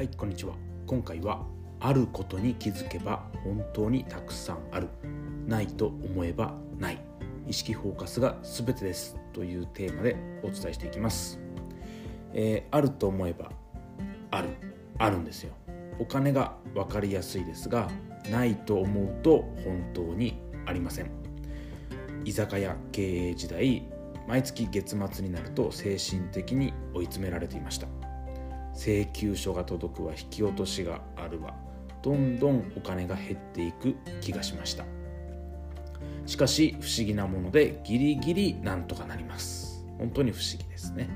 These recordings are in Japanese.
こんにちは。今回はあることに気づけば本当にたくさんある、ないと思えばない、意識フォーカスが全てですというテーマでお伝えしていきます。あると思えばあるんですよ。お金が分かりやすいですが、ないと思うと本当にありません。居酒屋経営時代、毎月月末になると精神的に追い詰められていました。請求書が届くわ、引き落としがあるわ、どんどんお金が減っていく気がしました。しかし不思議なものでギリギリなんとかなります。本当に不思議ですね。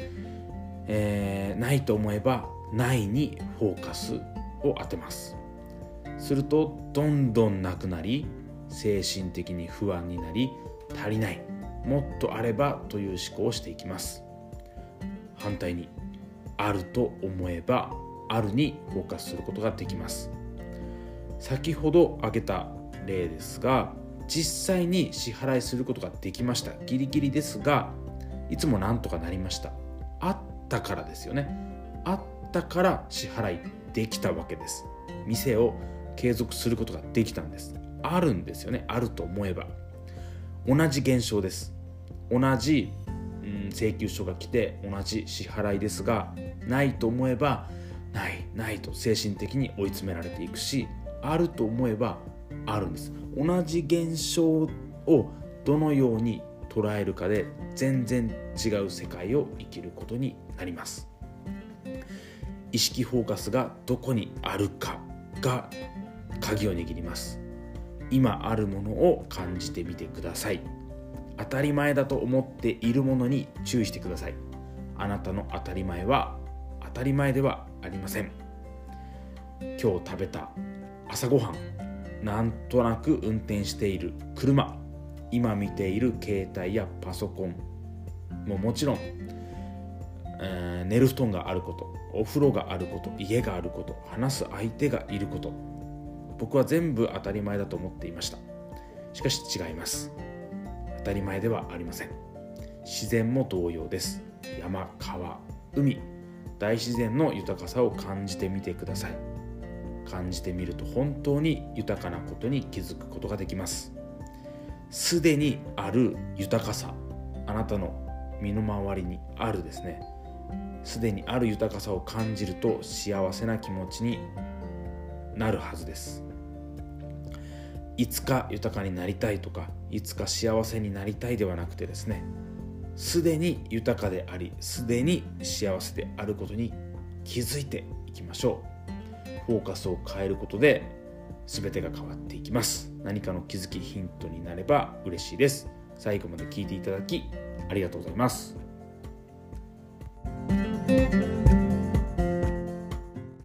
ないと思えばないにフォーカスを当てます。するとどんどんなくなり、精神的に不安になり、足りない、もっとあればという思考をしていきます。反対にあると思えばあるにフォーカスすることができます。先ほど挙げた例ですが、実際に支払いすることができました。ギリギリですが、いつもなんとかなりました。あったからですよね。あったから支払いできたわけです。店を継続することができたんです。あるんですよね。あると思えば。同じ現象です。同じ請求書が来て同じ支払いですが、ないと思えばないと精神的に追い詰められていくし、あると思えばあるんです。同じ現象をどのように捉えるかで全然違う世界を生きることになります。意識フォーカスがどこにあるかが鍵を握ります。今あるものを感じてみてください。当たり前だと思っているものに注意してください。あなたの当たり前は当たり前ではありません。今日食べた朝ごはん、なんとなく運転している車、今見ている携帯やパソコンももちろん、寝る布団があること、お風呂があること、家があること、話す相手がいること、僕は全部当たり前だと思っていました。しかし違います。当たり前ではありません。自然も同様です。山、川、海、大自然の豊かさを感じてみてください。感じてみると本当に豊かなことに気づくことができます。すでにある豊かさ、あなたの身の回りにあるですね、すでにある豊かさを感じると幸せな気持ちになるはずです。いつか豊かになりたいとか、いつか幸せになりたいではなくてですね、すでに豊かであり、すでに幸せであることに気づいていきましょう。フォーカスを変えることで全てが変わっていきます。何かの気づき、ヒントになれば嬉しいです。最後まで聞いていただきありがとうございます。